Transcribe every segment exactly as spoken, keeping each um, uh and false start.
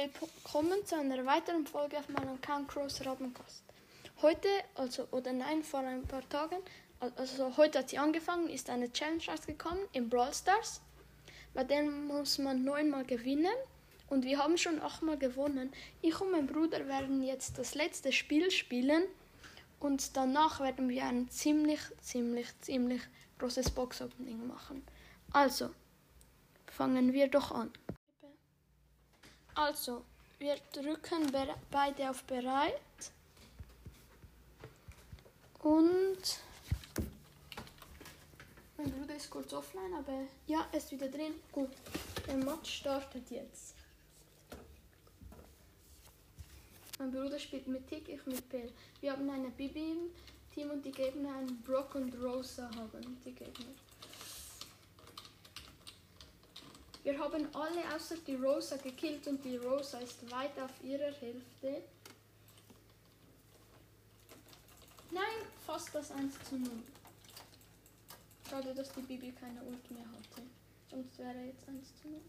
Willkommen zu einer weiteren Folge auf meinem Count Crows Rabencast. Heute, also oder nein, vor ein paar Tagen, also heute hat sie angefangen, ist eine Challenge rausgekommen im Brawl Stars. Bei dem muss man neunmal gewinnen und wir haben schon achtmal gewonnen. Ich und mein Bruder werden jetzt das letzte Spiel spielen und danach werden wir ein ziemlich, ziemlich, ziemlich großes Box-Opening machen. Also, fangen wir doch an. Also, wir drücken beide auf Bereit und mein Bruder ist kurz offline, aber ja, er ist wieder drin. Gut, der Match startet jetzt. Mein Bruder spielt mit Tick, ich mit Pell. Wir haben eine Bibi im Team und die Gegner einen Brock und Rosa haben die Gegner. Wir haben alle außer die Rosa gekillt und die Rosa ist weit auf ihrer Hälfte. Nein, fast das eins zu null. Schade, dass die Bibi keine Ult mehr hatte. Sonst wäre jetzt eins zu null.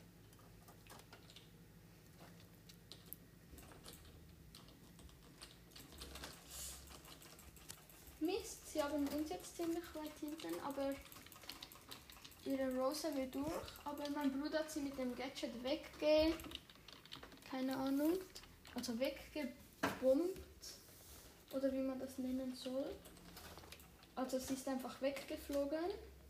Mist, sie haben uns jetzt ziemlich weit hinten, aber ihre Rosa will durch, aber mein Bruder hat sie mit dem Gadget wegge... keine Ahnung, also weggebombt, oder wie man das nennen soll. Also sie ist einfach weggeflogen.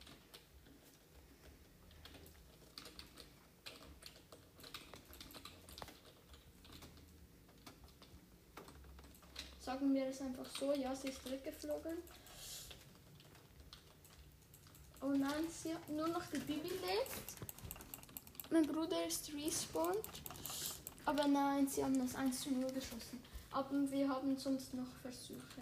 Sagen wir es einfach so, ja, sie ist weggeflogen. Oh nein, sie hat nur noch die Bibi lebt. Mein Bruder ist respawned. Aber nein, sie haben das eins zu null geschossen. Aber wir haben sonst noch Versuche.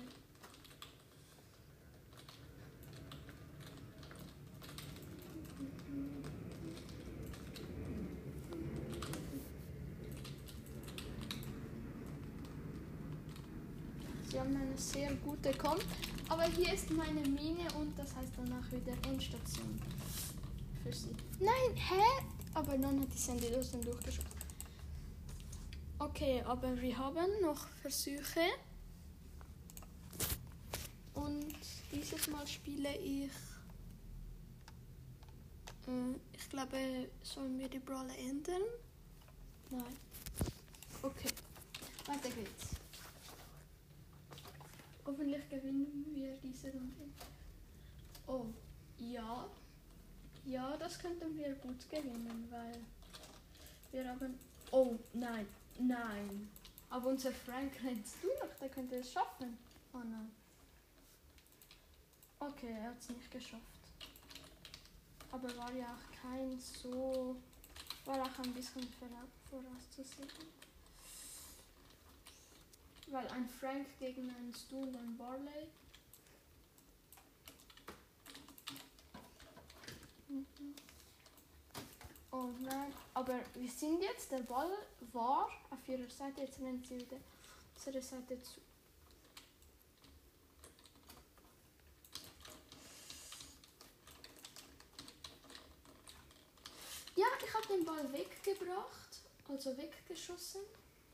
Sie haben eine sehr gute Komp. Aber hier ist meine Mine und das heißt danach wieder Endstation für sie. Nein, hä? Aber dann hat die Sandy das dann durchgeschossen. Okay, aber wir haben noch Versuche. Und dieses Mal spiele ich... Äh, ich glaube, sollen wir die Brawler ändern? Nein. Okay, weiter geht's. Hoffentlich gewinnen wir diese Runde. Oh, ja. Ja, das könnten wir gut gewinnen, weil wir haben... Oh, nein, nein. Aber unser Frank rennt durch, der könnte es schaffen. Oh nein. Okay, er hat es nicht geschafft. Aber war ja auch kein so... War auch ein bisschen vorauszusehen. Weil ein Frank gegen einen Stu und einen Barley. Mhm. Oh nein, aber wir sind jetzt, der Ball war auf ihrer Seite, jetzt rennt sie wieder unsere Seite zu. Ja, ich habe den Ball weggebracht, also weggeschossen.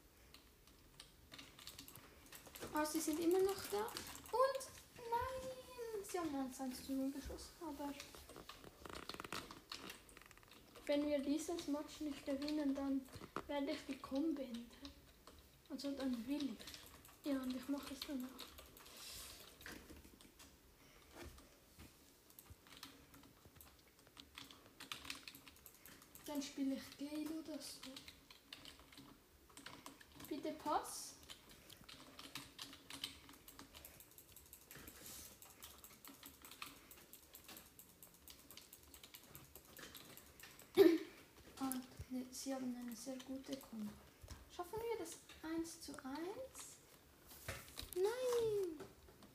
Aber sie sind immer noch da. Und nein, sie haben eins zu null geschossen, aber wenn wir dieses Match nicht gewinnen, dann werde ich die Combo beenden. Also dann will ich. Ja, und ich mache es danach. Dann spiele ich Gale oder so. Bitte Pass. Sie haben eine sehr gute Kombo. Schaffen wir das eins zu eins? Nein!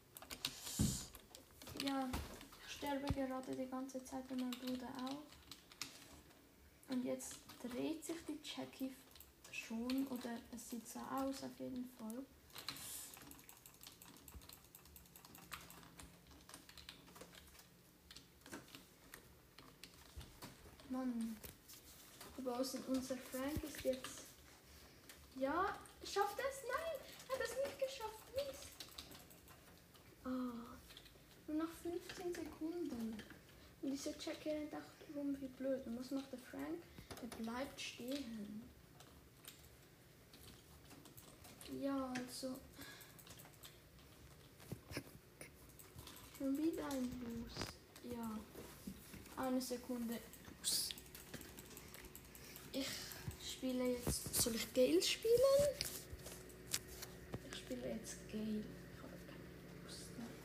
Ja, ich sterbe gerade die ganze Zeit und mein Bruder auch. Und jetzt dreht sich die Jackie schon, oder es sieht so aus auf jeden Fall. Mann. Aber außer unser Frank ist jetzt Ja, schafft es? Nein, er hat es nicht geschafft. Mist. Ah, nur noch fünfzehn Sekunden. Und diese Checkerin dachte, rum wie blöd. Und was macht der Frank? Er bleibt stehen. Ja, also. Schon wieder ein Boost. Ja. Eine Sekunde. Ich spiele jetzt. Soll ich Gale spielen? Ich spiele jetzt Gale. Ich habe keine Lust mehr.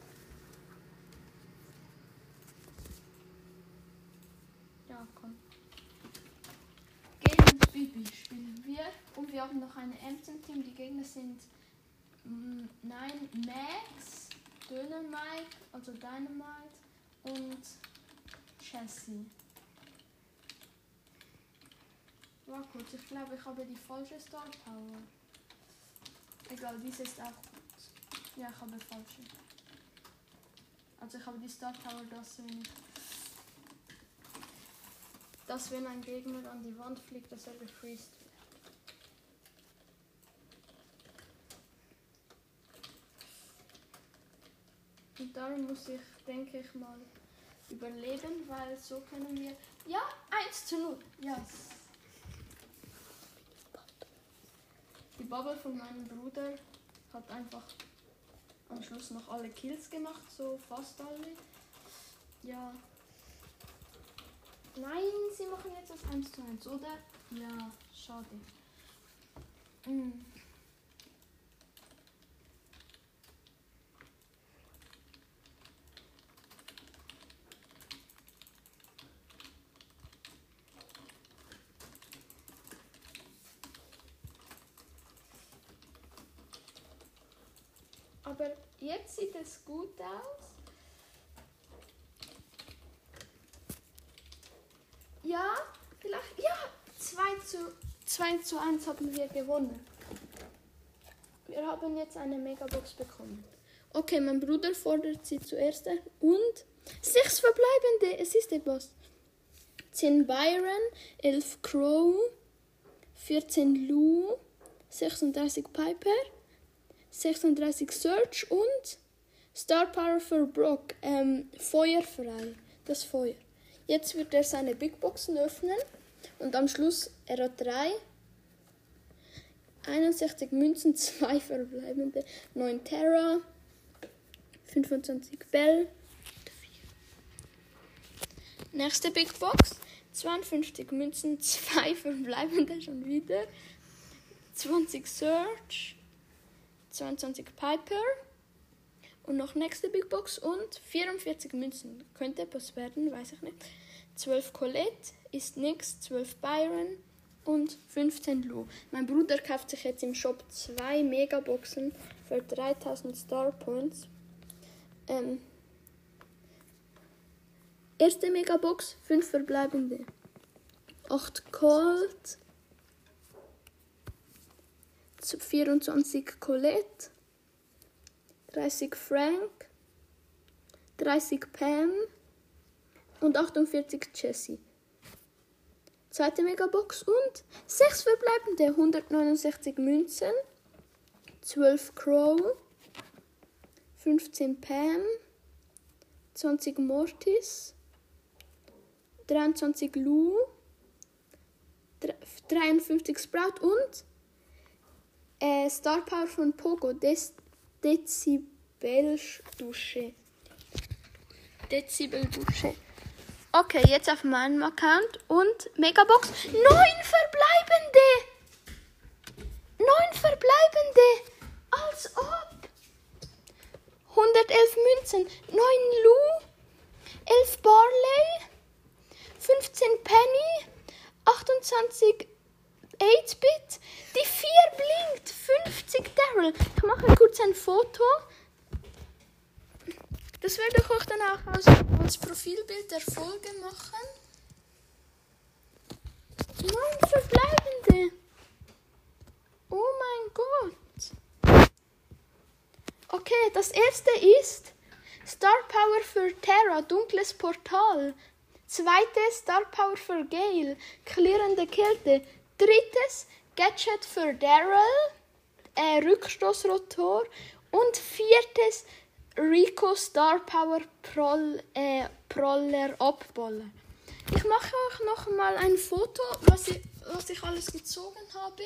Ja, komm. Gale und Bibi spielen wir. Und wir haben noch eine Emsen-Team. Die Gegner sind mm, nein, Max, Dynamite, also Dynamite und Jessie. War kurz, ich glaube, ich habe die falsche Star Power. Egal, diese ist auch gut. Ja, ich habe falsche. Also ich habe die Star Power, dass wenn, dass wenn ein Gegner an die Wand fliegt, dass er gefreezed wird. Und darum muss ich, denke ich mal, überleben, weil so können wir... Ja, eins zu null. Yes. Die Bubble von meinem Bruder hat einfach am Schluss noch alle Kills gemacht, so fast alle. Ja. Nein, sie machen jetzt das eins zu eins, oder? Ja, schade. Mm. Aber jetzt sieht es gut aus. Ja, vielleicht. Ja, zwei zu eins haben wir gewonnen. Wir haben jetzt eine Megabox bekommen. Okay, mein Bruder fordert sie zuerst ein. Und sechs verbleibende. Es ist etwas. zehn Byron, elf Crow, vierzehn Lou, sechsunddreißig Piper, sechsunddreißig Search und Star Power für Brock, ähm, feuerfrei, das Feuer. Jetzt wird er seine Big Boxen öffnen und am Schluss, er hat drei, einundsechzig Münzen, zwei verbleibende, neun Terra, fünfundzwanzig Bell. Nächste Big Box, zweiundfünfzig Münzen, zwei verbleibende schon wieder, zwanzig Search, zweiundzwanzig Piper und noch nächste Big Box und vierundvierzig Münzen. Könnte etwas werden, weiß ich nicht. zwölf Colette, ist nix, zwölf Byron und fünfzehn Lou. Mein Bruder kauft sich jetzt im Shop zwei Megaboxen für dreitausend Star Points. Ähm, erste Megabox, fünf verbleibende. acht Colt, vierundzwanzig Colette, dreißig Frank, dreißig Pam und achtundvierzig Jessie. Zweite Megabox und sechs verbleibende, hundertneunundsechzig Münzen, zwölf Crow, fünfzehn Pam, zwanzig Mortis, dreiundzwanzig Lou, dreiundfünfzig Sprout und äh, Star Power von Poco, Des Dezibel-Dusche. Dezibel-Dusche. Okay, jetzt auf meinem Account und Megabox. Neun verbleibende! Neun verbleibende! Als ob! hundertelf Münzen, neun Lou, elf Barley, fünfzehn Penny, achtundzwanzig acht-Bit, die vier blinkt, fünfzig Daryl. Ich mache kurz ein Foto. Das werde ich euch dann auch als, als Profilbild der Folge machen. Neun verbleibende. Oh mein Gott. Okay, das erste ist Star Power für Terra, dunkles Portal. Zweite Star Power für Gale, klirrende Kälte. Drittes Gadget für Daryl, äh, Rückstoßrotor und viertes Rico Star Power Proll, äh, Proller Abballer. Ich mache euch noch mal ein Foto, was ich, was ich alles gezogen habe.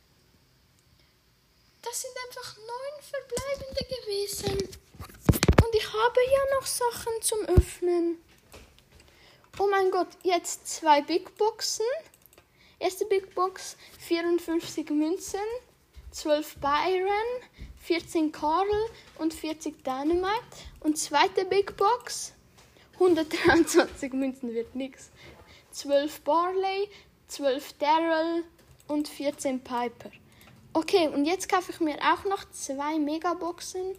Das sind einfach neun verbleibende gewesen. Und ich habe ja noch Sachen zum Öffnen. Oh mein Gott, jetzt zwei Big Boxen. Erste Big Box, vierundfünfzig Münzen, zwölf Byron, vierzehn Karl und vierzig Dynamite. Und zweite Big Box, hundertdreiundzwanzig Münzen wird nix. zwölf Barley, zwölf Daryl und vierzehn Piper. Okay, und jetzt kaufe ich mir auch noch zwei Megaboxen.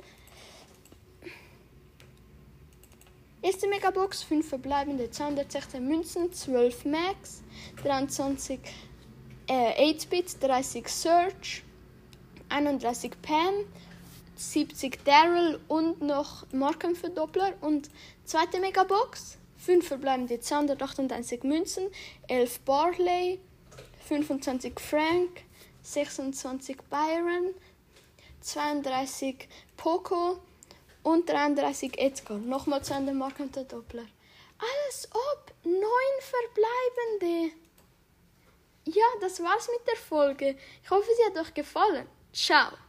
Erste Megabox, fünf verbleibende, zweihundertsechzehn Münzen, zwölf Max, dreiundzwanzig äh, acht-Bit, dreißig Surge, einunddreißig Pam, siebzig Daryl und noch Markenverdoppler. Und zweite Megabox, fünf verbleibende, zweihundertachtunddreißig Münzen, elf Barley, fünfundzwanzig Frank, sechsundzwanzig Byron, zweiunddreißig Poco und dreiunddreißig Edgar. Nochmal zweihundert Marken der Doppler. Alles ob, neun verbleibende. Ja, das war's mit der Folge. Ich hoffe, sie hat euch gefallen. Ciao.